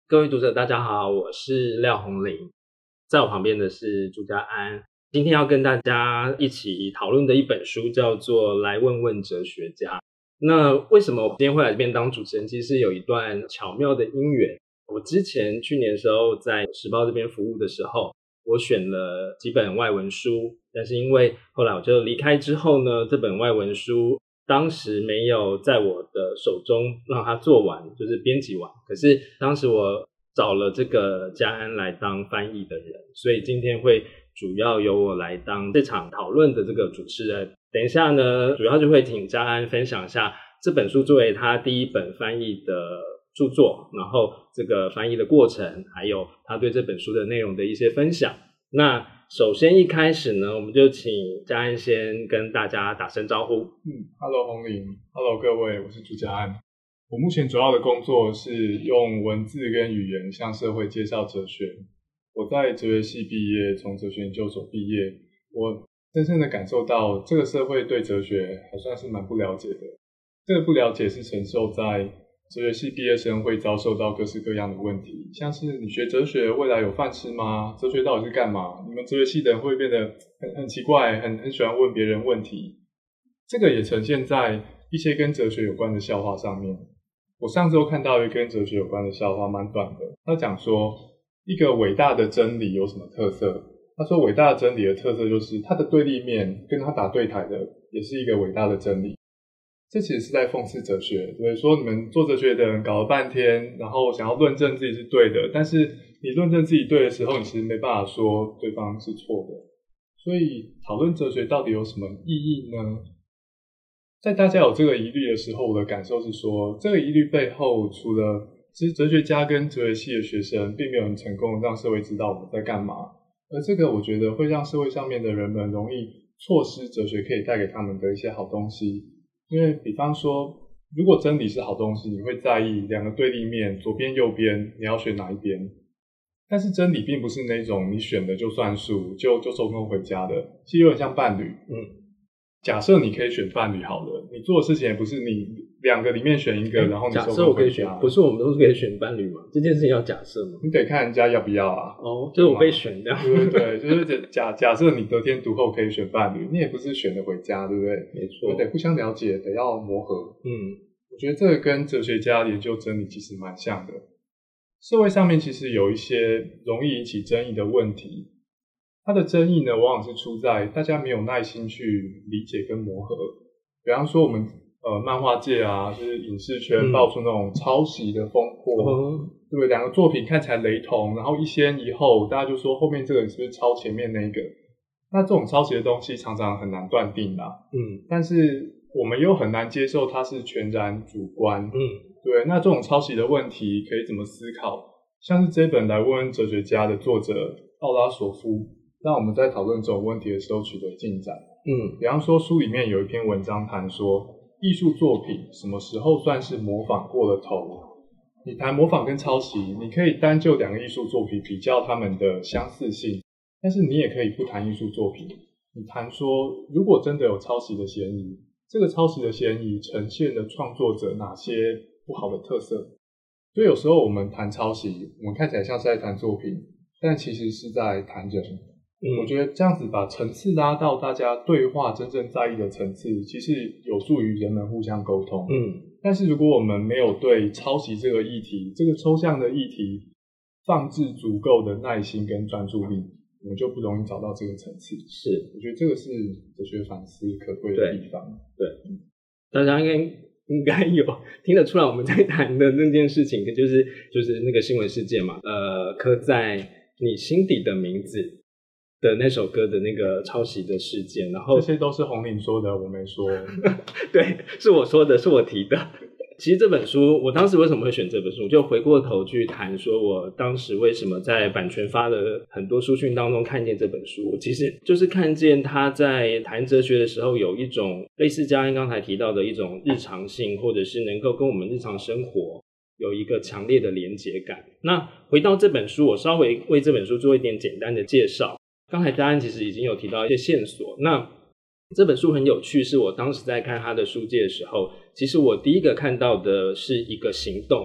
各位读者大家好，我是廖宏林，在我旁边的是朱家安。今天要跟大家一起讨论的一本书叫做《来问问哲学家》。那为什么我今天会来这边当主持人，其实是有一段巧妙的因缘。我之前去年的时候在时报这边服务的时候，我选了几本外文书，但是因为后来我就离开之后呢，这本外文书当时没有在我的手中让它做完，就是编辑完。可是当时我找了这个家安来当翻译的人，所以今天会主要由我来当这场讨论的这个主持人。等一下呢，主要就会请家安分享一下这本书作为他第一本翻译的著作，然后这个翻译的过程，还有他对这本书的内容的一些分享。那首先一开始呢，我们就请家安先跟大家打声招呼。 Hello 宏林 ，Hello 各位，我是朱家安。我目前主要的工作是用文字跟语言向社会介绍哲学。我在哲学系毕业，从哲学研究所毕业，我深深的感受到这个社会对哲学还算是蛮不了解的。这个不了解是承受在哲学系毕业生会遭受到各式各样的问题，像是你学哲学未来有饭吃吗？哲学到底是干嘛？你们哲学系的人会变得很奇怪，很喜欢问别人问题。这个也呈现在一些跟哲学有关的笑话上面。我上周看到一个跟哲学有关的笑话，蛮短的。他讲说一个伟大的真理有什么特色？他说伟大的真理的特色就是它的对立面跟他打对台的也是一个伟大的真理。这其实是在讽刺哲学，对，说你们做哲学的人搞了半天，然后想要论证自己是对的，但是你论证自己对的时候，你其实没办法说对方是错的。所以讨论哲学到底有什么意义呢？在大家有这个疑虑的时候，我的感受是说，这个疑虑背后，除了其实哲学家跟哲学系的学生并没有很成功让社会知道我们在干嘛，而这个我觉得会让社会上面的人们容易错失哲学可以带给他们的一些好东西。因为比方说，如果真理是好东西，你会在意两个对立面，左边右边，你要选哪一边。但是真理并不是那种你选了就算数，就收工回家的，其实有点像伴侣。假设你可以选伴侣好了，你做的事情也不是你两个里面选一个，然后你收工回家。 假设我可以选，不是我们都是可以选伴侣吗？这件事情要假设吗？ 你得看人家要不要啊。 就是我被选这样。 对，就是假设你得天独厚可以选伴侣，你也不是选了回家，对不对？ 没错， 得互相了解，得要磨合。我觉得这个跟哲学家研究真理其实蛮像的。社会上面其实有一些容易引起争议的问题，它的争议呢，往往是出在大家没有耐心去理解跟磨合。比方说我们漫画界啊，就是影视圈爆出那种抄袭的风波，对不对？两个作品看起来雷同，然后一先一后，大家就说后面这个人是不是抄前面那个？那这种抄袭的东西常常很难断定啦。但是我们又很难接受它是全然主观。对，那这种抄袭的问题可以怎么思考？像是这本来问问哲学家的作者奥拉索夫，让我们在讨论这种问题的时候取得进展。比方说书里面有一篇文章谈说，艺术作品什么时候算是模仿过了头？你谈模仿跟抄袭，你可以单就两个艺术作品比较它们的相似性，但是你也可以不谈艺术作品，你谈说如果真的有抄袭的嫌疑，这个抄袭的嫌疑呈现了创作者哪些不好的特色。所以有时候我们谈抄袭，我们看起来像是在谈作品，但其实是在谈人。我觉得这样子把层次拉到大家对话真正在意的层次，其实有助于人们互相沟通。但是如果我们没有对抄袭这个议题，这个抽象的议题放置足够的耐心跟专注力，我们就不容易找到这个层次。 是， 我觉得这个是哲学反思可贵的地方。 对，大家应该有听得出来我们在谈的那件事情，就是那个新闻事件嘛，刻在你心底的名字的那首歌的那个抄袭的事件，然后这些都是宏林说的，我没说。 对，是我说的，是我提的。其实这本书，我当时为什么会选这本书，就回过头去谈说我当时为什么在版权发的很多书讯当中看见这本书，其实就是看见他在谈哲学的时候有一种类似家安刚才提到的一种日常性，或者是能够跟我们日常生活有一个强烈的连结感。那回到这本书，我稍微为这本书做一点简单的介绍。刚才家安其实已经有提到一些线索，那这本书很有趣，是我当时在看他的书介的时候，其实我第一个看到的是一个行动，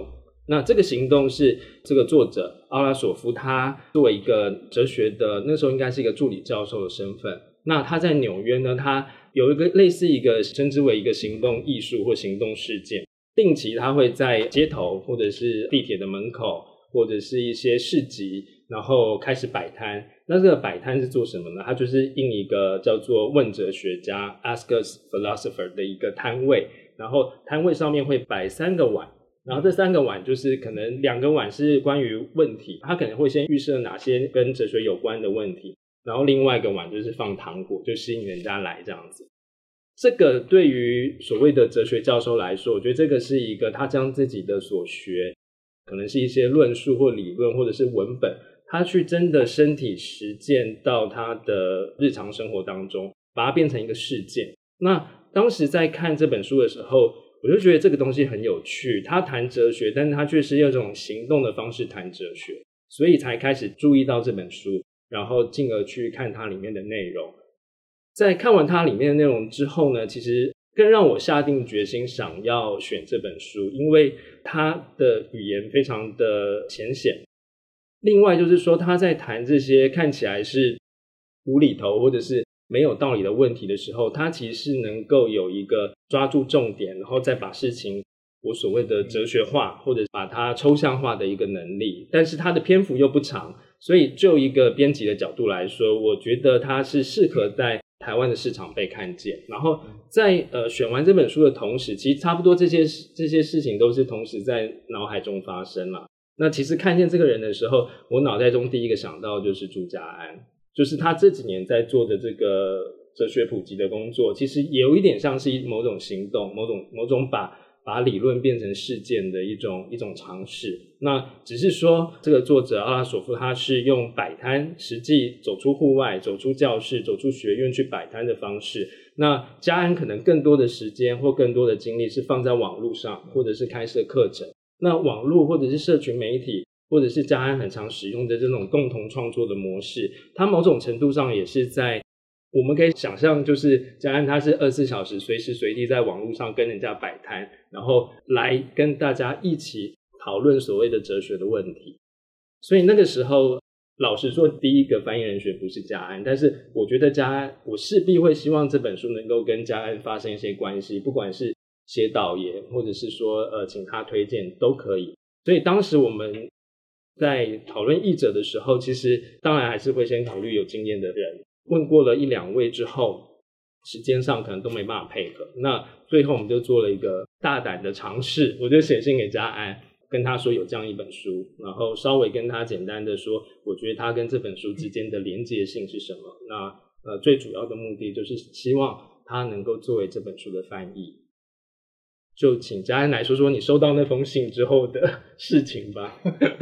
那这个行动是这个作者奥拉索夫他作为一个哲学的那时候应该是一个助理教授的身份，那他在纽约呢，他有一个类似一个称之为一个行动艺术或行动事件，定期他会在街头或者是地铁的门口或者是一些市集，然后开始摆摊。那这个摆摊是做什么呢？他就是印一个叫做问哲学家 Ask Us Philosopher 的一个摊位，然后摊位上面会摆3个碗，然后这3个碗就是可能2个碗是关于问题，他可能会先预设哪些跟哲学有关的问题，然后另外一个碗就是放糖果，就吸引人家来这样子。这个对于所谓的哲学教授来说，我觉得这个是一个他将自己的所学，可能是一些论述或理论或者是文本，他去真的身体实践到他的日常生活当中，把它变成一个事件。那当时在看这本书的时候，我就觉得这个东西很有趣，他谈哲学，但是他却是用这种行动的方式谈哲学，所以才开始注意到这本书，然后进而去看它里面的内容。在看完它里面的内容之后呢，其实更让我下定决心想要选这本书，因为它的语言非常的浅显。另外就是说他在谈这些看起来是无厘头或者是没有道理的问题的时候，他其实是能够有一个抓住重点，然后再把事情我所谓的哲学化或者把它抽象化的一个能力，但是它的篇幅又不长，所以就一个编辑的角度来说，我觉得它是适合在台湾的市场被看见。然后在选完这本书的同时，其实差不多这些事情都是同时在脑海中发生了。那其实看见这个人的时候，我脑袋中第一个想到就是朱家安，就是他这几年在做的这个哲学普及的工作，其实也有一点像是某种行动，某种把理论变成事件的一种尝试。那只是说这个作者阿拉索夫他是用摆摊，实际走出户外，走出教室，走出学院去摆摊的方式。那家安可能更多的时间或更多的精力是放在网络上，或者是开设课程。那网络或者是社群媒体或者是家安很常使用的这种共同创作的模式，它某种程度上也是在我们可以想象，就是家安他是24小时随时随地在网络上跟人家摆摊，然后来跟大家一起讨论所谓的哲学的问题。所以那个时候老实说第一个翻译人选不是家安，但是我觉得家安我势必会希望这本书能够跟家安发生一些关系，不管是写导言或者是说请他推荐都可以。所以当时我们在讨论译者的时候，其实当然还是会先考虑有经验的人，问过了1-2位之后，时间上可能都没办法配合，那最后我们就做了一个大胆的尝试，我就写信给家安，跟他说有这样一本书，然后稍微跟他简单的说我觉得他跟这本书之间的连结性是什么。那最主要的目的就是希望他能够作为这本书的翻译。就请家安来说说你收到那封信之后的事情吧。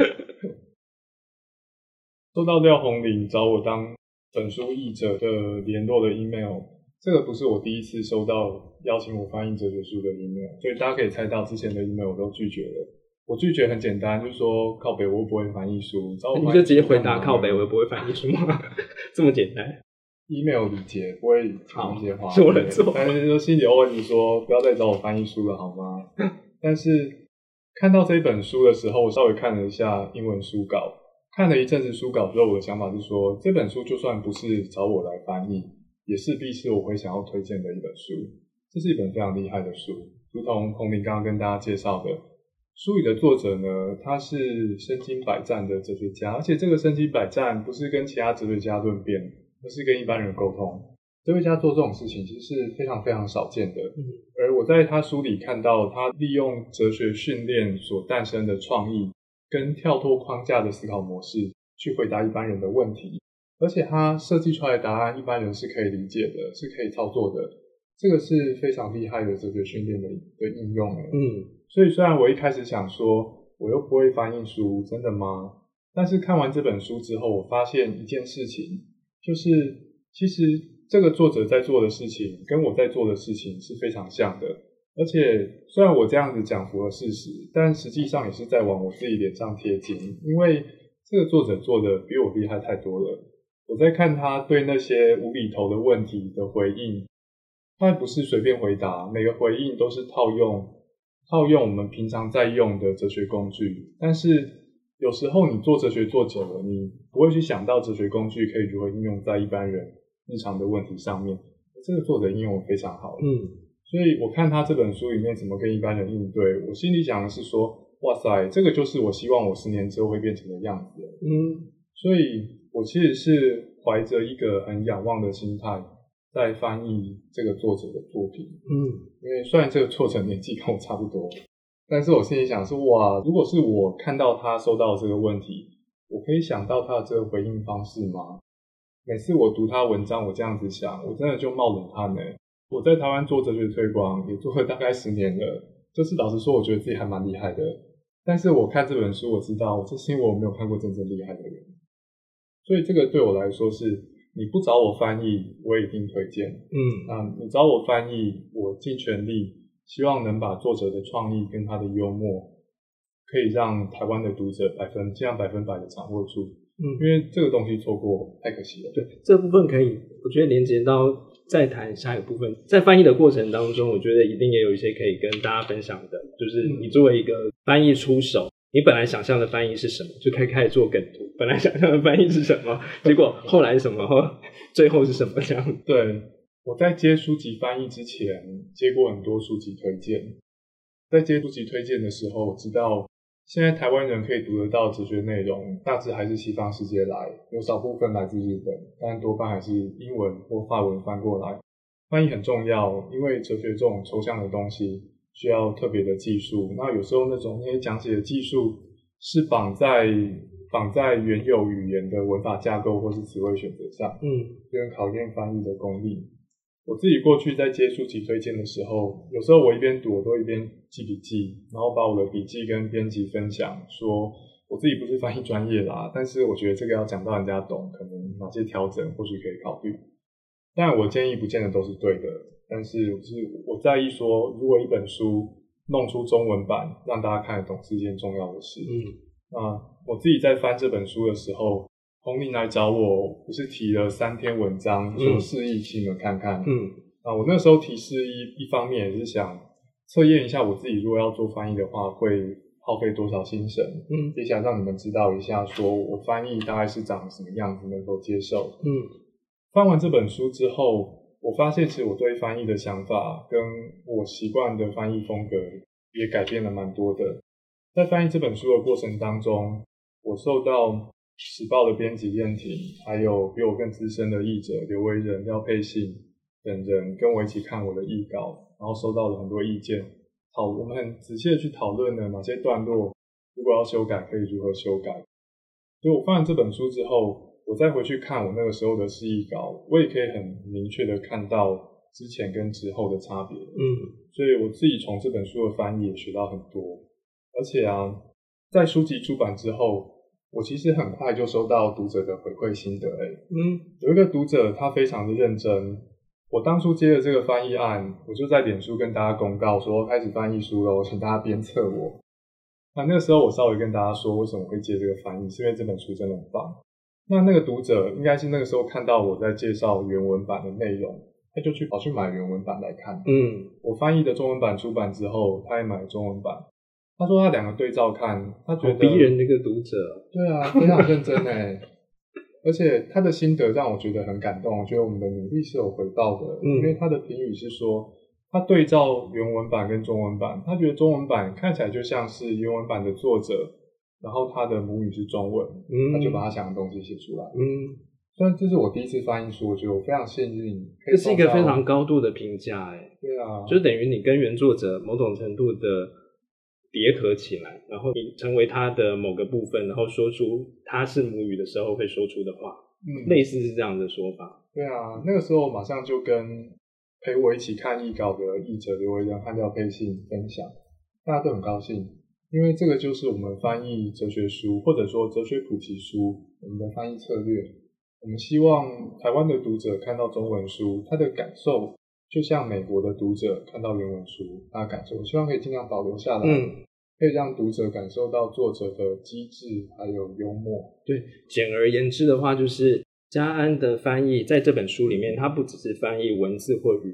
收到廖宏霖找我当本书译者的联络的 email， 这个不是我第一次收到邀请我翻译哲学书的 email， 所以大家可以猜到之前的 email 我都拒绝了。我拒绝很简单，就是说靠北我不会翻译书， 你就直接回答靠北我不会翻译书吗？这么简单。 email 理解不会讲一些话， 是我的错。 但是就心里偶尔你说不要再找我翻译书了好吗？但是看到这一本书的时候，我稍微看了一下英文书稿，看了一阵子书稿之后，我的想法是说，这本书就算不是找我来翻译，也势必是我会想要推荐的一本书。这是一本非常厉害的书，如同宏霖刚刚跟大家介绍的，书里的作者呢，他是身经百战的哲学家，而且这个身经百战不是跟其他哲学家论辩，而是跟一般人沟通。哲学家做这种事情其实是非常非常少见的，而我在他书里看到他利用哲学训练所诞生的创意跟跳脱框架的思考模式去回答一般人的问题，而且他设计出来的答案一般人是可以理解的，是可以操作的，这个是非常厉害的哲学训练的应用。所以虽然我一开始想说我又不会翻译书，真的吗？但是看完这本书之后，我发现一件事情，就是其实这个作者在做的事情跟我在做的事情是非常像的，而且虽然我这样子讲符合事实，但实际上也是在往我自己脸上贴金，因为这个作者做的比我厉害太多了。我在看他对那些无厘头的问题的回应，他不是随便回答，每个回应都是套用套用我们平常在用的哲学工具，但是有时候你做哲学做久了，你不会去想到哲学工具可以如何应用在一般人日常的问题上面。这个作者应用得非常好，所以我看他这本书里面怎么跟一般人应对，我心里想的是说，哇塞，这个就是我希望我10年之后会变成的样子。所以我其实是怀着一个很仰望的心态在翻译这个作者的作品。因为虽然这个作者年纪跟我差不多，但是我心里想是，哇，如果是我看到他收到这个问题，我可以想到他的这个回应方式吗？每次我读他文章，我这样子想，我真的就冒冷汗。我在台湾做哲学推广也做了大概10年了，就是老实说我觉得自己还蛮厉害的，但是我看这本书我知道，这是因为我没有看过真正厉害的人，所以这个对我来说是，你不找我翻译我也一定推荐。你找我翻译，我尽全力希望能把作者的创意跟他的幽默可以让台湾的读者尽量100%的掌握住。因为这个东西错过太可惜了。 对，这部分可以我觉得连接到再谈下一个部分，在翻译的过程当中，我觉得一定也有一些可以跟大家分享的，就是你作为一个翻译出手，你本来想象的翻译是什么，就开始做梗图，本来想象的翻译是什么，结果后来什么，最后是什么这样。 对，我在接书籍翻译之前接过很多书籍推荐，在接书籍推荐的时候，我知道现在台湾人可以读得到哲学内容，大致还是西方世界来，有少部分来自日本，但多半还是英文或法文翻过来。翻译很重要，因为哲学这种抽象的东西需要特别的技术，那有时候那些讲解的技术是绑在原有语言的文法架构或是词汇选择上，就很考验翻译的功力。我自己过去在接书籍推荐的时候，有时候我一边读我都一边记笔记，然后把我的笔记跟编辑分享，说我自己不是翻译专业啦，但是我觉得这个要讲到人家懂，可能哪些调整或许可以考虑。当然我建议不见得都是对的，但是我在意说，如果一本书弄出中文版让大家看得懂是一件重要的事。那我自己在翻这本书的时候，洪林来找我不是提了3篇文章说示意请你们看看。我那时候提示一方面也是想测验一下我自己如果要做翻译的话会耗费多少心神，也想让你们知道一下说我翻译大概是长什么样子能够接受。翻完这本书之后，我发现其实我对翻译的想法跟我习惯的翻译风格也改变了蛮多的。在翻译这本书的过程当中，我受到时报的编辑燕婷，还有比我更资深的译者刘维仁、廖佩信等人跟我一起看我的译稿，然后收到了很多意见。我们很仔细的去讨论了哪些段落如果要修改可以如何修改。所以我翻完这本书之后，我再回去看我那个时候的释义稿，我也可以很明确的看到之前跟之后的差别。所以我自己从这本书的翻译也学到很多。而且在书籍出版之后，我其实很快就收到读者的回馈心得。有一个读者他非常的认真，我当初接了这个翻译案，我就在脸书跟大家公告说开始翻译书了，请大家鞭策我。那个时候我稍微跟大家说为什么会接这个翻译，是因为这本书真的很棒。那个读者应该是那个时候看到我在介绍原文版的内容，他就跑去买原文版来看。我翻译的中文版出版之后，他也买了中文版。他说他2个对照看，他觉得好逼人的一个读者。 对啊，非常认真而且他的心得让我觉得很感动，我觉得我们的努力是有回报的。因为他的评语是说，他对照原文版跟中文版，他觉得中文版看起来就像是原文版的作者，然后他的母语是中文，他就把他想的东西写出来。虽然这是我第一次翻译书，我觉得我非常幸运。 这是一个非常高度的评价。 对啊， 就等于你跟原作者某种程度的叠合起来，然后你成为他的某个部分，然后说出他是母语的时候会说出的话。类似是这样的说法。 对啊，那个时候马上就跟陪我一起看译稿的译者刘维仁和廖佩信分享，大家都很高兴，因为这个就是我们翻译哲学书或者说哲学普及书我们的翻译策略。我们希望台湾的读者看到中文书，他的感受就像美国的读者看到原文书他的感受，我希望可以尽量保留下来。可以让读者感受到作者的机智还有幽默。 对，简而言之的话，就是家安的翻译在这本书里面，它不只是翻译文字或语言，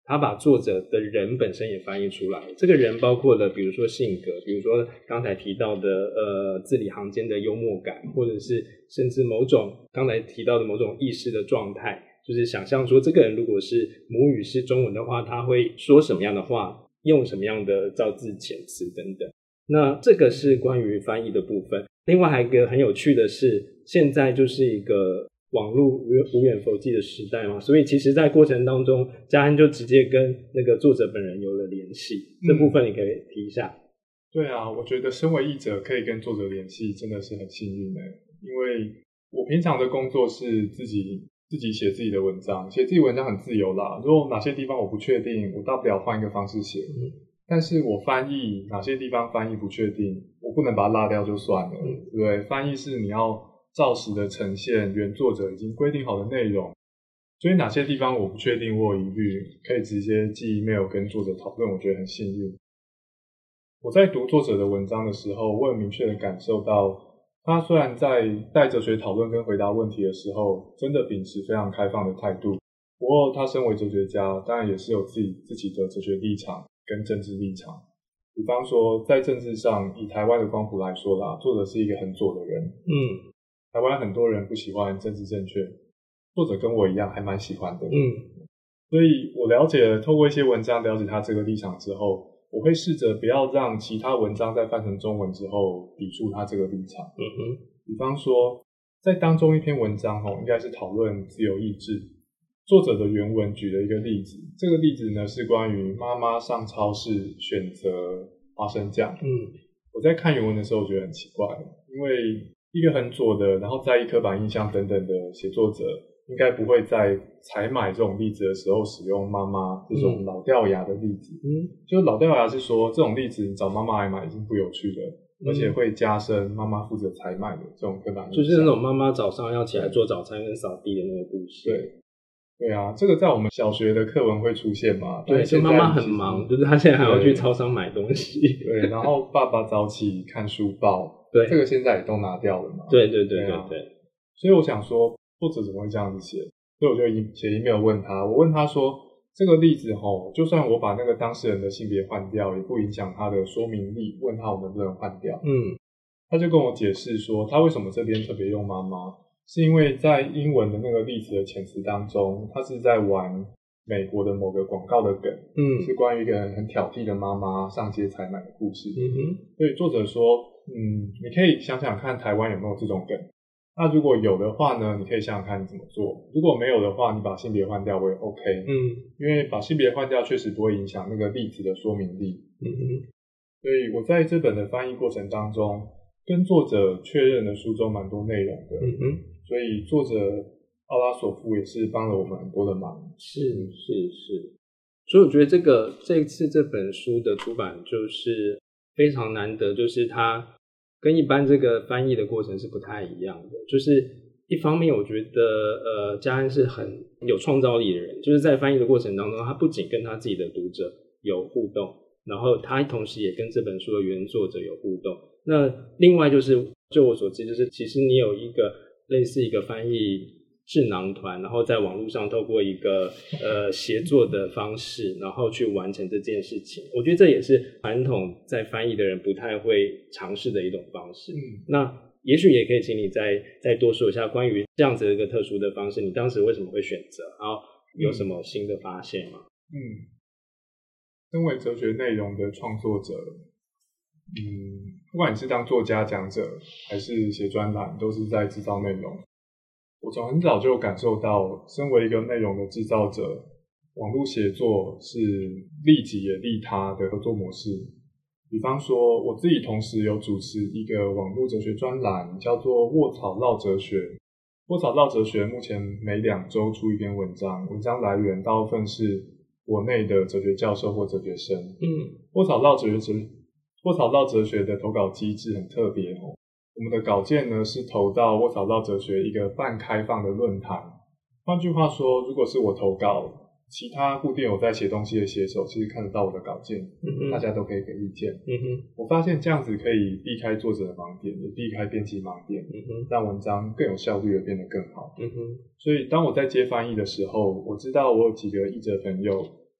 他把作者的人本身也翻译出来。这个人包括了比如说性格，比如说刚才提到的字里行间的幽默感，或者是甚至某种刚才提到的某种意识的状态，就是想象说这个人如果是母语是中文的话，他会说什么样的话，用什么样的造字遣词等等。那这个是关于翻译的部分。另外还有一个很有趣的是，现在就是一个网络无远弗届的时代嘛，所以其实在过程当中，嘉安就直接跟那个作者本人有了联系。这部分你可以提一下。 对啊，我觉得身为译者可以跟作者联系真的是很幸运的，因为我平常的工作是自己写自己的文章，写自己文章很自由啦，如果哪些地方我不确定，我大不了换一个方式写。但是我翻译哪些地方翻译不确定，我不能把它落掉就算了，对不对？翻译是你要照实的呈现原作者已经规定好的内容，所以哪些地方我不确定或疑虑，可以直接寄 email 跟作者讨论，我觉得很幸运。我在读作者的文章的时候，我很明确的感受到，他虽然在带哲学讨论跟回答问题的时候，真的秉持非常开放的态度，不过他身为哲学家，当然也是有自己的哲学立场跟政治立场。比方说在政治上，以台湾的光谱来说啦，作者是一个很左的人。台湾很多人不喜欢政治正确，作者跟我一样还蛮喜欢的。所以我透过一些文章了解他这个立场之后，我会试着不要让其他文章在翻成中文之后抵触他这个立场。比方说在当中一篇文章应该是讨论自由意志，作者的原文举了一个例子，这个例子呢是关于妈妈上超市选择花生酱。我在看原文的时候我觉得很奇怪，因为一个很左的，然后在意刻板印象等等的写作者，应该不会在采买这种例子的时候使用妈妈这种老掉牙的例子。就是老掉牙是说这种例子你找妈妈来买已经不有趣了，而且会加深妈妈负责采买的这种刻板印象， 就是那种妈妈早上要起来做早餐跟扫地的那个故事。 对啊，这个在我们小学的课文会出现嘛？ 对，就妈妈很忙，就是她现在还要去超商买东西。 对，然后爸爸早起看书报， 对， 这个现在也都拿掉了嘛。 对。 所以我想说，作者怎么会这样子写？所以我就写 email 问他，我问他说，这个例子就算我把那个当事人的性别换掉，也不影响他的说明力，问他我能不能换掉。他就跟我解释说，他为什么这边特别用妈妈，是因为在英文的那个例子的遣词当中，他是在玩美国的某个广告的梗，是关于一个很挑剔的妈妈上街采买的故事。所以作者说，你可以想想看台湾有没有这种梗，那如果有的话呢，你可以想想看你怎么做，如果没有的话，你把性别换掉我也 OK。因为把性别换掉确实不会影响那个例子的说明力。所以我在这本的翻译过程当中，跟作者确认了书中蛮多内容的。所以作者奥拉索夫也是帮了我们很多的忙。 是。所以我觉得这一次这本书的出版就是非常难得，就是它跟一般这个翻译的过程是不太一样的。就是一方面我觉得嘉安是很有创造力的人，就是在翻译的过程当中，他不仅跟他自己的读者有互动，然后他同时也跟这本书的原作者有互动。那另外就是就我所知，就是其实你有一个类似一个翻译智囊团，然后在网络上透过一个协作的方式，然后去完成这件事情。我觉得这也是传统在翻译的人不太会尝试的一种方式。那也许也可以请你再多说一下关于这样子的一个特殊的方式，你当时为什么会选择，然后有什么新的发现吗？ 身为哲学内容的创作者，不管你是当作家讲者还是写专栏，都是在制造内容。我从很早就感受到，身为一个内容的制造者，网络写作是利己也利他的合作模式。比方说，我自己同时有主持一个网络哲学专栏，叫做卧草绕哲学。卧草绕哲学目前每2周出一篇文章，文章来源大部分是国内的哲学教授或哲学生。卧草绕哲学的投稿机制很特别我们的稿件呢是投到卧草绕哲学一个半开放的论坛。换句话说，如果是我投稿，其他固定有在写东西的写手其实看得到我的稿件，大家都可以给意见。我发现这样子可以避开作者的盲点，也避开编辑盲点，让文章更有效率的变得更好。所以当我在接翻译的时候，我知道我有几个译者朋友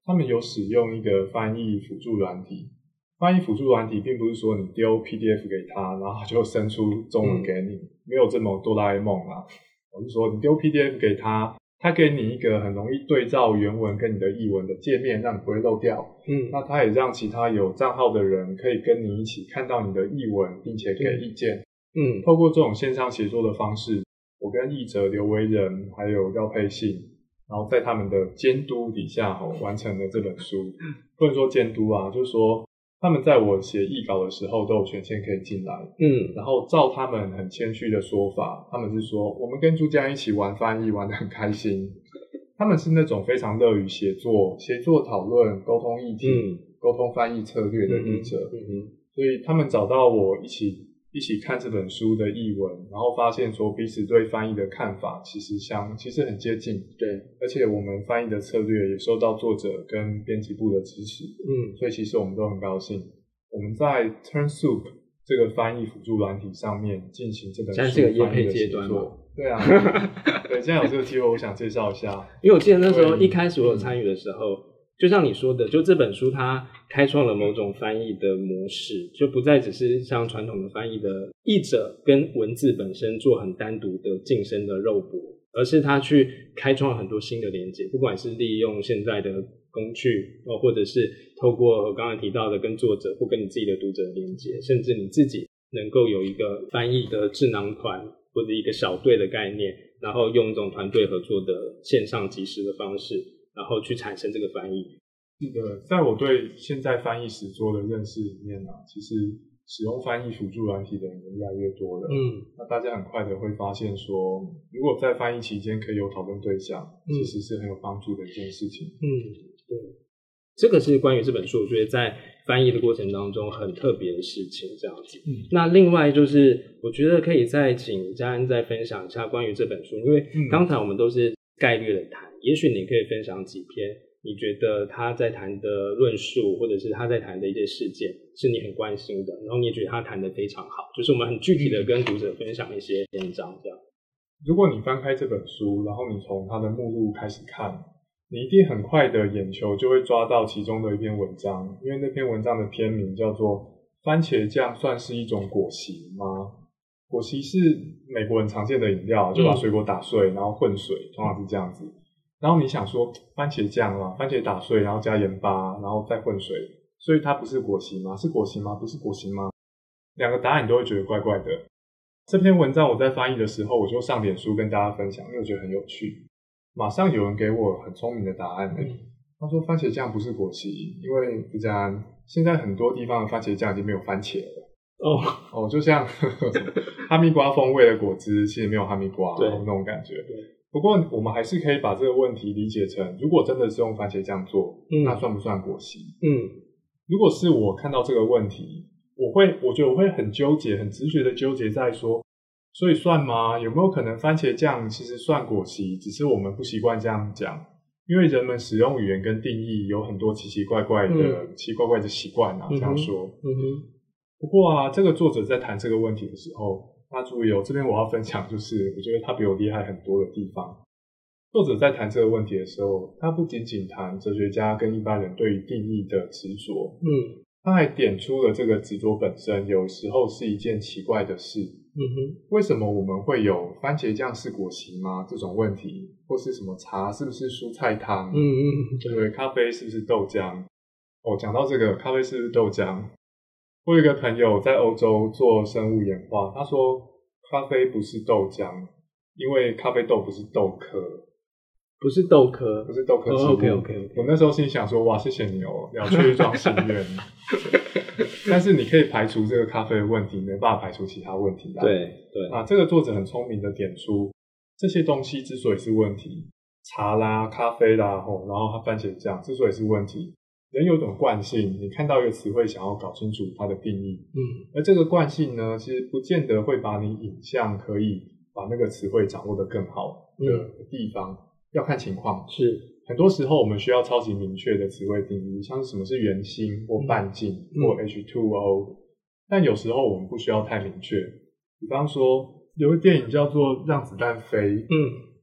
他们有使用一个翻译辅助软体。翻译辅助软体并不是说你丢 PDF 给他，然后就生出中文给你，没有这么哆啦 A 梦啦。我是说你丢 PDF 给他，他给你一个很容易对照原文跟你的译文的界面，让你不会漏掉。那他也让其他有账号的人可以跟你一起看到你的译文，并且给意见。透过这种线上协作的方式，我跟译者刘维仁还有廖佩信，然后在他们的监督底下完成了这本书。不能说监督啊，就是说他们在我写译稿的时候都有权限可以进来。然后照他们很谦虚的说法，他们是说我们跟朱家一起玩翻译玩得很开心。他们是那种非常乐于协作讨论、沟通议题、沟通翻译策略的译者。所以他们找到我一起看这本书的译文，然后发现说彼此对翻译的看法其实很接近。对，而且我们翻译的策略也受到作者跟编辑部的支持。所以其实我们都很高兴，我们在 TurnSoup 这个翻译辅助软体上面进行这本书翻译的协作。对啊，对，现在有这个机会，我想介绍一下。 因为我记得那时候一开始我有参与的时候，就像你说的，就这本书它开创了某种翻译的模式，就不再只是像传统的翻译的译者跟文字本身做很单独的近身的肉搏，而是它去开创了很多新的连结，不管是利用现在的工具，或者是透过我刚才提到的跟作者或跟你自己的读者的连结，甚至你自己能够有一个翻译的智囊团或者一个小队的概念，然后用这种团队合作的线上即时的方式，然后去产生这个翻译。 是的，在我对现在翻译实作的认识里面其实使用翻译辅助软体的人越来越多了。那大家很快的会发现说，如果在翻译期间可以有讨论对象，其实是很有帮助的一件事情。 对，这个是关于这本书我觉得在翻译的过程当中很特别的事情这样子。那另外就是我觉得可以再请嘉安再分享一下关于这本书，因为刚才我们都是概略的谈，也许你可以分享几篇你觉得他在谈的论述，或者是他在谈的一些事件是你很关心的，然后你也觉得他谈得非常好，就是我们很具体的跟读者分享一些篇章这样。 如果你翻开这本书，然后你从它的目录开始看，你一定很快的眼球就会抓到其中的一篇文章，因为那篇文章的篇名叫做番茄酱算是一种果昔吗？果昔是美国很常见的饮料，就把水果打碎然后混水，通常是这样子。然后你想说番茄酱啊，番茄打碎然后加盐巴然后再混水，所以它不是果昔吗？是果昔吗？不是果昔吗？两个答案你都会觉得怪怪的。这篇文章我在翻译的时候，我就上脸书跟大家分享，因为我觉得很有趣。马上有人给我很聪明的答案他说番茄酱不是果昔，因为不然现在很多地方的番茄酱已经没有番茄了。就像哈密瓜风味的果汁其实没有哈密瓜那种感觉。不过我们还是可以把这个问题理解成，如果真的是用番茄酱做，那算不算果昔？如果是我看到这个问题，我觉得我会很纠结，很直觉的纠结在说，所以算吗？有没有可能番茄酱其实算果昔，只是我们不习惯这样讲，因为人们使用语言跟定义有很多奇奇怪怪的习惯这样说。不过这个作者在谈这个问题的时候，他注意这边我要分享就是我觉得他比我厉害很多的地方。作者在谈这个问题的时候，他不仅仅谈哲学家跟一般人对于定义的执着，他还点出了这个执着本身有时候是一件奇怪的事。为什么我们会有番茄酱是果昔吗这种问题，或是什么茶是不是蔬菜汤，对，咖啡是不是豆浆。讲到这个咖啡是不是豆浆，我有一个朋友在欧洲做生物演化，他说咖啡不是豆浆，因为咖啡豆不是豆科， 不是豆科植物。OK。我那时候心里想说，哇，谢谢你了却一桩心愿。但是你可以排除这个咖啡的问题，没办法排除其他问题。 对。 这个作者很聪明的点出，这些东西之所以是问题，茶啦、咖啡啦，然后番茄酱之所以是问题，人有种惯性，你看到一个词汇想要搞清楚它的定义，而这个惯性呢，其实不见得会把你引向可以把那个词汇掌握得更好的地方，要看情况。 是很多时候我们需要超级明确的词汇定义，像是什么是圆心或半径或 H2O，但有时候我们不需要太明确。比方说有个电影叫做《让子弹飞》，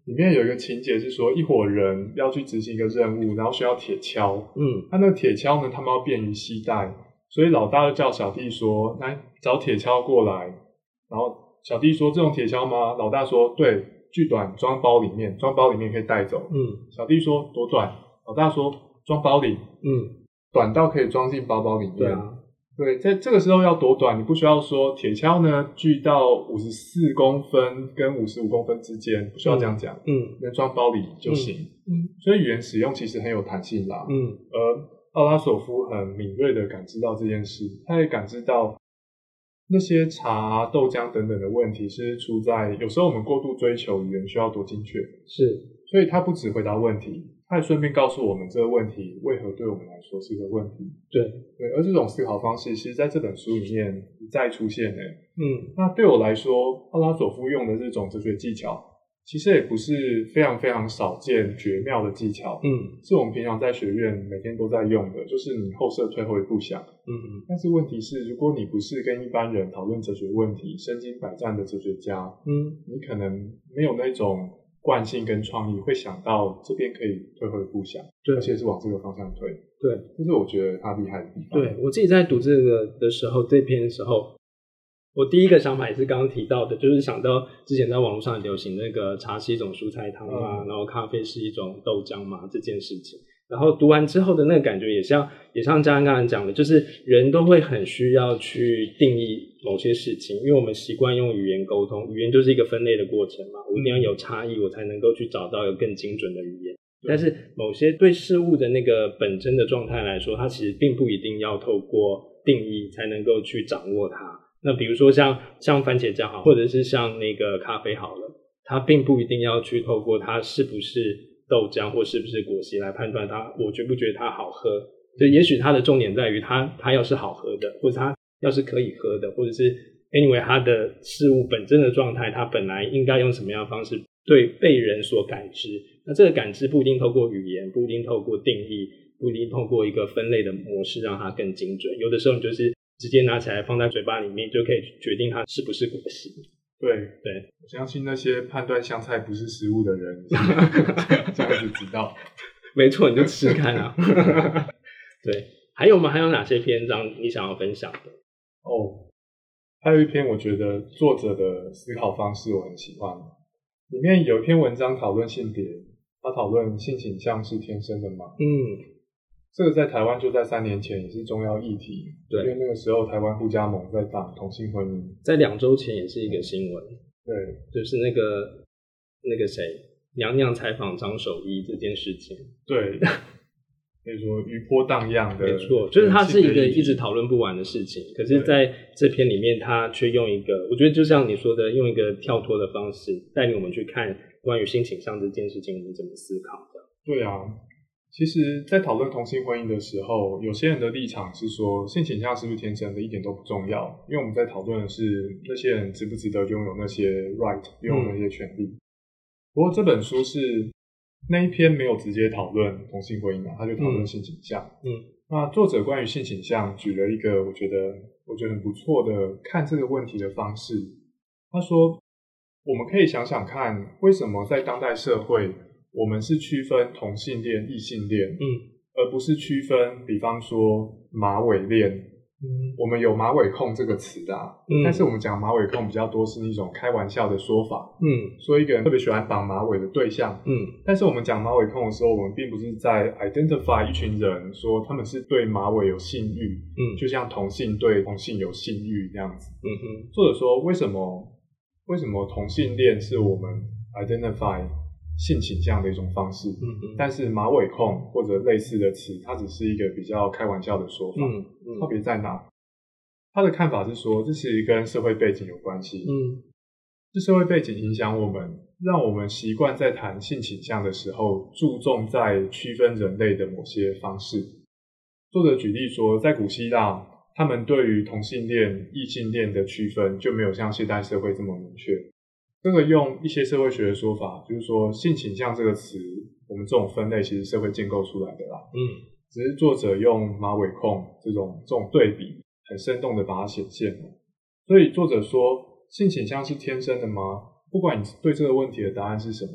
里面有一个情节是说，一伙人要去执行一个任务，然后需要铁锹。那个铁锹呢，他们要便于携带，所以老大就叫小弟说：“来找铁锹过来。”然后小弟说：“这种铁锹吗？”老大说：“对，锯短装包里面，装包里面可以带走。”小弟说：“多短？”老大说：“装包里。”短到可以装进包包里面。对啊。对，在这个时候要多短，你不需要说铁锹呢锯到54公分跟55公分之间，不需要这样讲，能装包里就行。所以语言使用其实很有弹性啦。而奥拉索夫很敏锐的感知到这件事，他也感知到那些茶、豆浆等等的问题是出在有时候我们过度追求语言需要多精确，所以他不只回答问题，他也顺便告诉我们这个问题为何对我们来说是个问题。对，而这种思考方式其实在这本书里面一再出现。那对我来说，奥拉索夫用的这种哲学技巧其实也不是非常非常少见绝妙的技巧，是我们平常在学院每天都在用的，就是你后撤退后一步想。但是问题是，如果你不是跟一般人讨论哲学问题身经百战的哲学家，你可能没有那种惯性跟创意会想到这边可以退后一步想，而且是往这个方向推。对，这是我觉得他厉害的地方。 对，我自己在读这个的时候，这篇的时候，我第一个想法也是刚刚提到的，就是想到之前在网络上很流行那个茶是一种蔬菜汤嘛，然后咖啡是一种豆浆嘛这件事情。然后读完之后的那个感觉也像嘉安刚才讲的，就是人都会很需要去定义某些事情，因为我们习惯用语言沟通，语言就是一个分类的过程嘛，我一定要有差异我才能够去找到有更精准的语言。但是某些对事物的那个本真的状态来说，它其实并不一定要透过定义才能够去掌握它。那比如说像番茄酱好，或者是像那个咖啡好了，它并不一定要去透过它是不是豆浆或是不是果昔来判断它我觉不觉得它好喝。就也许它的重点在于它要是好喝的，或者它要是可以喝的，或者是 anyway 它的事物本真的状态，它本来应该用什么样的方式对被人所感知。那这个感知不一定透过语言，不一定透过定义，不一定透过一个分类的模式让它更精准，有的时候你就是直接拿起来放在嘴巴里面就可以决定它是不是果昔。 对，我相信那些判断香菜不是食物的人这样子知道。 没错，你就吃看啊。对，还有吗？还有哪些篇章你想要分享的？ 还有一篇我觉得作者的思考方式我很喜欢，里面有一篇文章讨论性别，他讨论性倾向是天生的吗？这个在台湾就在3年前也是重要议题。对，因为那个时候台湾护家盟在挡同性婚姻， 在2周前也是一个新闻。对，就是那个谁娘娘采访张守一这件事情。 对，可以说余波荡漾的。 没错，就是它是一个一直讨论不完的事情，可是在这篇里面他却用一个我觉得就像你说的用一个跳脱的方式带领我们去看关于性倾向这件事情我们怎么思考的。 对啊，其实在讨论同性婚姻的时候，有些人的立场是说性倾向是不是天生的一点都不重要，因为我们在讨论的是那些人值不值得拥有那些 right， 拥有那些权利。不过这本书是那一篇没有直接讨论同性婚姻他就讨论性倾向。那作者关于性倾向举了一个我觉得很不错的看这个问题的方式。他说我们可以想想看，为什么在当代社会我们是区分同性恋、异性恋，而不是区分比方说马尾恋。我们有马尾控这个词但是我们讲马尾控比较多是一种开玩笑的说法，说一个人特别喜欢绑马尾的对象，但是我们讲马尾控的时候，我们并不是在 identify 一群人说他们是对马尾有性欲，就像同性对同性有性欲这样子。作者说为什么同性恋是我们 identify性倾向的一种方式，但是马尾控或者类似的词它只是一个比较开玩笑的说法，差别在哪？他的看法是说这是跟社会背景有关系，是社会背景影响我们，让我们习惯在谈性倾向的时候注重在区分人类的某些方式。作者举例说，在古希腊他们对于同性恋、异性恋的区分就没有像现代社会这么明确。这个用一些社会学的说法，就是说性倾向这个词，我们这种分类其实社会建构出来的啦。只是作者用马尾控这种对比，很生动的把它显现了。所以作者说，性倾向是天生的吗？不管你对这个问题的答案是什么，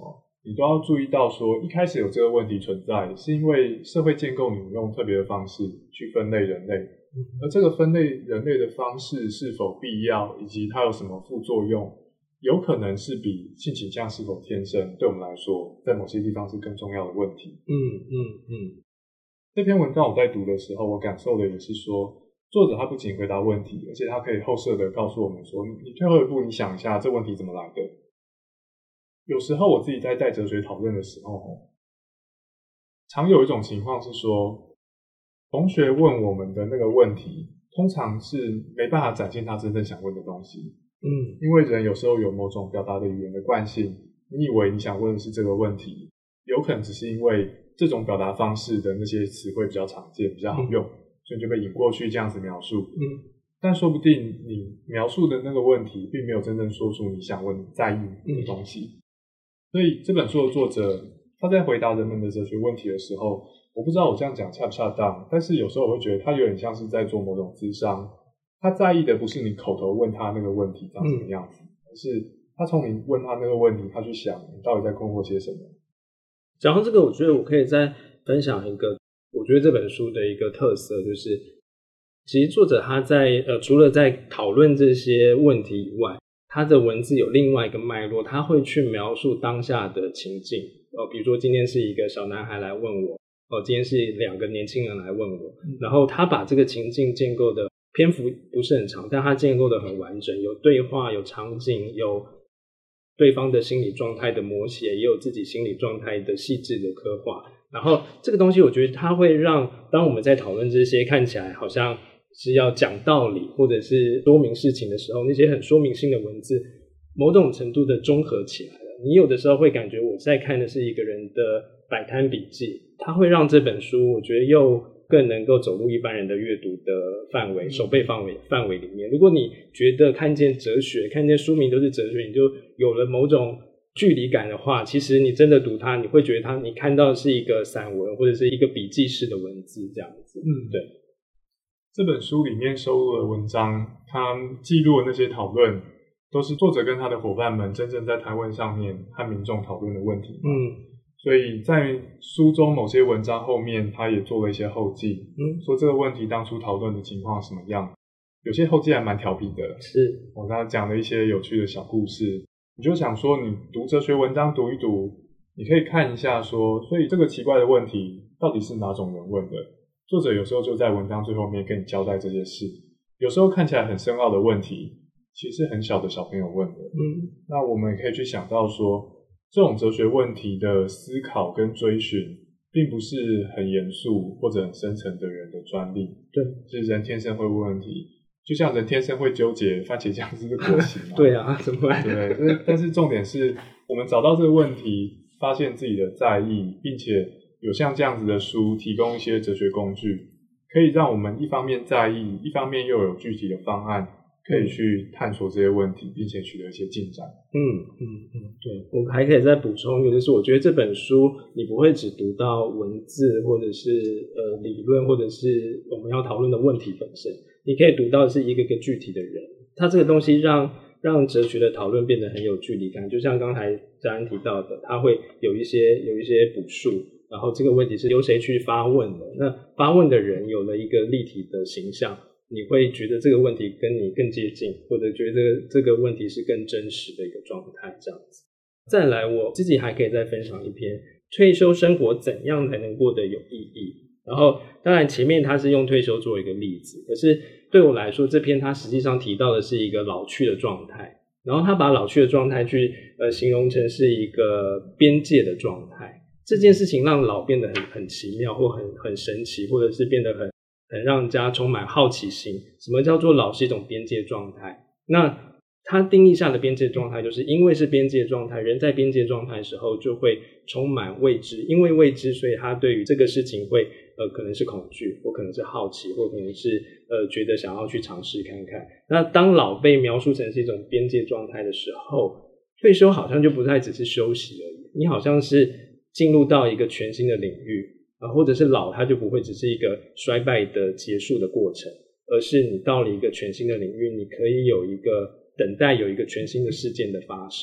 你都要注意到说，一开始有这个问题存在，是因为社会建构你用特别的方式去分类人类，而这个分类人类的方式是否必要，以及它有什么副作用，有可能是比性倾向是否天生对我们来说在某些地方是更重要的问题。这篇文章我在读的时候，我感受的也是说，作者他不仅回答问题，而且他可以后设的告诉我们说，你退后一步，你想一下这问题怎么来的。有时候我自己在带哲学讨论的时候，常有一种情况是说，同学问我们的那个问题通常是没办法展现他真正想问的东西。因为人有时候有某种表达的语言的惯性，你以为你想问的是这个问题，有可能只是因为这种表达方式的那些词汇比较常见，比较好用，所以你就被引过去这样子描述。但说不定你描述的那个问题并没有真正说出你想问在意的东西。所以这本书的作者他在回答人们的哲学问题的时候，我不知道我这样讲恰不恰当，但是有时候我会觉得他有点像是在做某种咨商。他在意的不是你口头问他那个问题长什么样子，而是他从你问他那个问题，他去想你到底在困惑些什么。 讲到这个，我觉得我可以再分享一个我觉得这本书的一个特色，就是其实作者他在除了在讨论这些问题以外，他的文字有另外一个脉络，他会去描述当下的情境。比如说今天是一个小男孩来问我，今天是2个年轻人来问我，然后他把这个情境建构的篇幅不是很长，但他建构的很完整，有对话，有场景，有对方的心理状态的描写，也有自己心理状态的细致的刻画。然后这个东西我觉得它会让当我们在讨论这些看起来好像是要讲道理或者是说明事情的时候，那些很说明性的文字某种程度的综合起来了。你有的时候会感觉我在看的是一个人的摆摊笔记，它会让这本书我觉得又更能够走入一般人的阅读的范围、手背范围里面。如果你觉得看见哲学、看见书名都是哲学，你就有了某种距离感的话，其实你真的读它，你会觉得你看到的是一个散文或者是一个笔记式的文字这样子。对。 这本书里面收录的文章，它记录的那些讨论，都是作者跟他的伙伴们真正在台湾上面和民众讨论的问题。所以在书中某些文章后面，他也做了一些后记，说这个问题当初讨论的情况什么样。有些后记还蛮调皮的， 是他讲了一些有趣的小故事。你就想说，你读哲学文章读一读，你可以看一下说，所以这个奇怪的问题到底是哪种人问的？作者有时候就在文章最后面跟你交代这些事。有时候看起来很深奥的问题，其实是很小的小朋友问的。那我们也可以去想到说，这种哲学问题的思考跟追寻，并不是很严肃或者很深沉的人的专利。 对， 是人天生会问问题，就像人天生会纠结番茄酱是不是果型嘛？ 对啊，怎么办？ 对，但是重点是我们找到这个问题，发现自己的在意，并且有像这样子的书提供一些哲学工具，可以让我们一方面在意，一方面又有具体的方案可以去探索这些问题，并且取得一些进展。 对，我们还可以再补充一个，就是我觉得这本书你不会只读到文字或者是理论，或者是我们要讨论的问题本身，你可以读到的是一个个具体的人。它这个东西让哲学的讨论变得很有距离感，就像刚才嘉恩提到的，它会有一些补述，然后这个问题是由谁去发问的，那发问的人有了一个立体的形象，你会觉得这个问题跟你更接近，或者觉得这个问题是更真实的一个状态这样子。再来，我自己还可以再分享一篇退休生活怎样才能过得有意义。然后当然前面他是用退休做一个例子，可是对我来说这篇他实际上提到的是一个老去的状态，然后他把老去的状态去形容成是一个边界的状态。这件事情让老变得很奇妙，或很神奇，或者是变得很让人家充满好奇心。什么叫做老是一种边界状态？那他定义下的边界状态，就是因为是边界状态，人在边界状态的时候就会充满未知，因为未知，所以他对于这个事情会可能是恐惧，或可能是好奇，或可能是觉得想要去尝试看看。那当老被描述成是一种边界状态的时候，退休好像就不再只是休息而已，你好像是进入到一个全新的领域或者是老，它就不会只是一个衰败的结束的过程，而是你到了一个全新的领域，你可以有一个等待，有一个全新的事件的发生。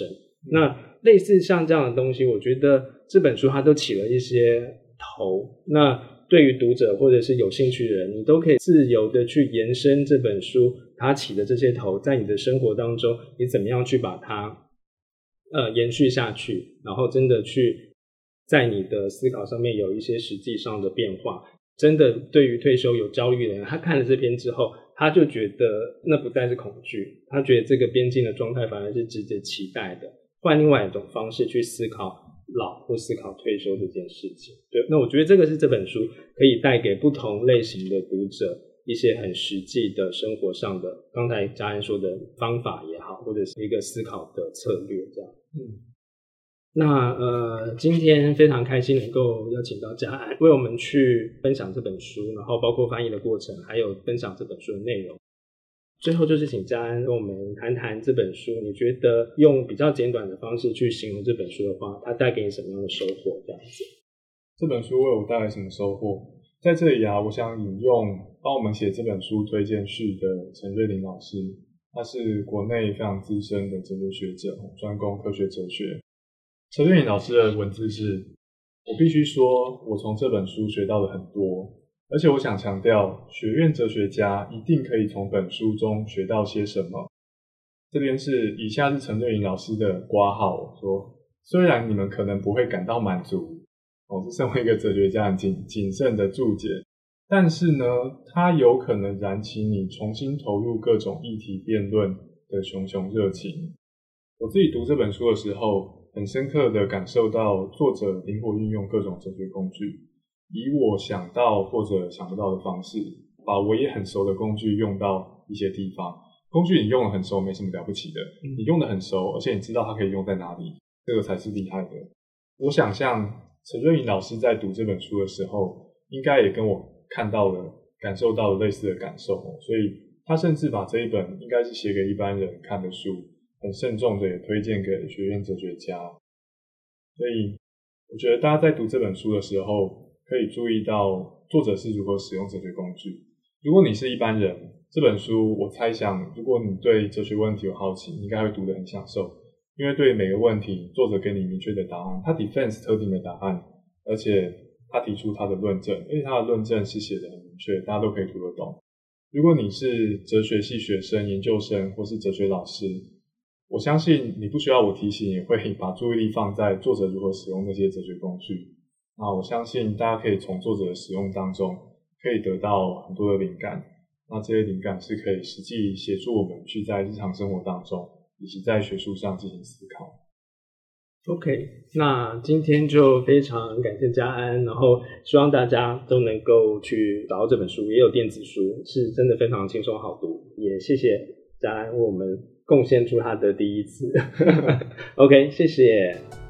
那类似像这样的东西，我觉得这本书它都起了一些头，那对于读者或者是有兴趣的人，你都可以自由的去延伸这本书它起的这些头，在你的生活当中你怎么样去把它延续下去，然后真的去在你的思考上面有一些实际上的变化。真的对于退休有焦虑的人，他看了这篇之后，他就觉得那不再是恐惧，他觉得这个边境的状态反而是值得期待的，换另外一种方式去思考老或思考退休这件事情。对，那我觉得这个是这本书可以带给不同类型的读者一些很实际的生活上的，刚才嘉安说的方法也好，或者是一个思考的策略这样。那今天非常开心能够邀请到嘉安为我们去分享这本书，然后包括翻译的过程，还有分享这本书的内容。最后就是请嘉安跟我们谈谈这本书，你觉得用比较简短的方式去形容这本书的话，它带给你什么样的收获？这样子， 这本书为我带来什么收获？在这里我想引用帮我们写这本书推荐序的陈瑞麟老师，他是国内非常资深的哲学学者，专攻科学哲学。陈瑞麟老师的文字是：我必须说，我从这本书学到了很多，而且我想强调，学院哲学家一定可以从本书中学到些什么。这边是以下是陈瑞麟老师的括号，说虽然你们可能不会感到满足，这身为一个哲学家很谨慎的注解，但是呢，它有可能燃起你重新投入各种议题辩论的熊熊热情。我自己读这本书的时候，很深刻的感受到作者灵活运用各种哲学工具，以我想到或者想不到的方式，把我也很熟的工具用到一些地方。工具你用得很熟没什么了不起的，你用得很熟，而且你知道它可以用在哪里，这个才是厉害的。我想象陈瑞麟老师在读这本书的时候，应该也跟我看到了、感受到了类似的感受，所以他甚至把这一本应该是写给一般人看的书，很慎重的也推荐给学院哲学家。所以我觉得大家在读这本书的时候，可以注意到作者是如何使用哲学工具。如果你是一般人，这本书我猜想，如果你对哲学问题有好奇，你应该会读得很享受，因为对每个问题作者给你明确的答案，他 defense 特定的答案，而且他提出他的论证，而且他的论证是写得很明确，大家都可以读得懂。如果你是哲学系学生、研究生或是哲学老师，我相信你不需要我提醒，也会把注意力放在作者如何使用那些哲学工具。那我相信大家可以从作者的使用当中可以得到很多的灵感，那这些灵感是可以实际协助我们去在日常生活当中以及在学术上进行思考。 OK， 那今天就非常感谢嘉安，然后希望大家都能够去找到这本书，也有电子书，是真的非常轻松好读。也谢谢嘉安为我们贡献出他的第一次。OK， 谢谢。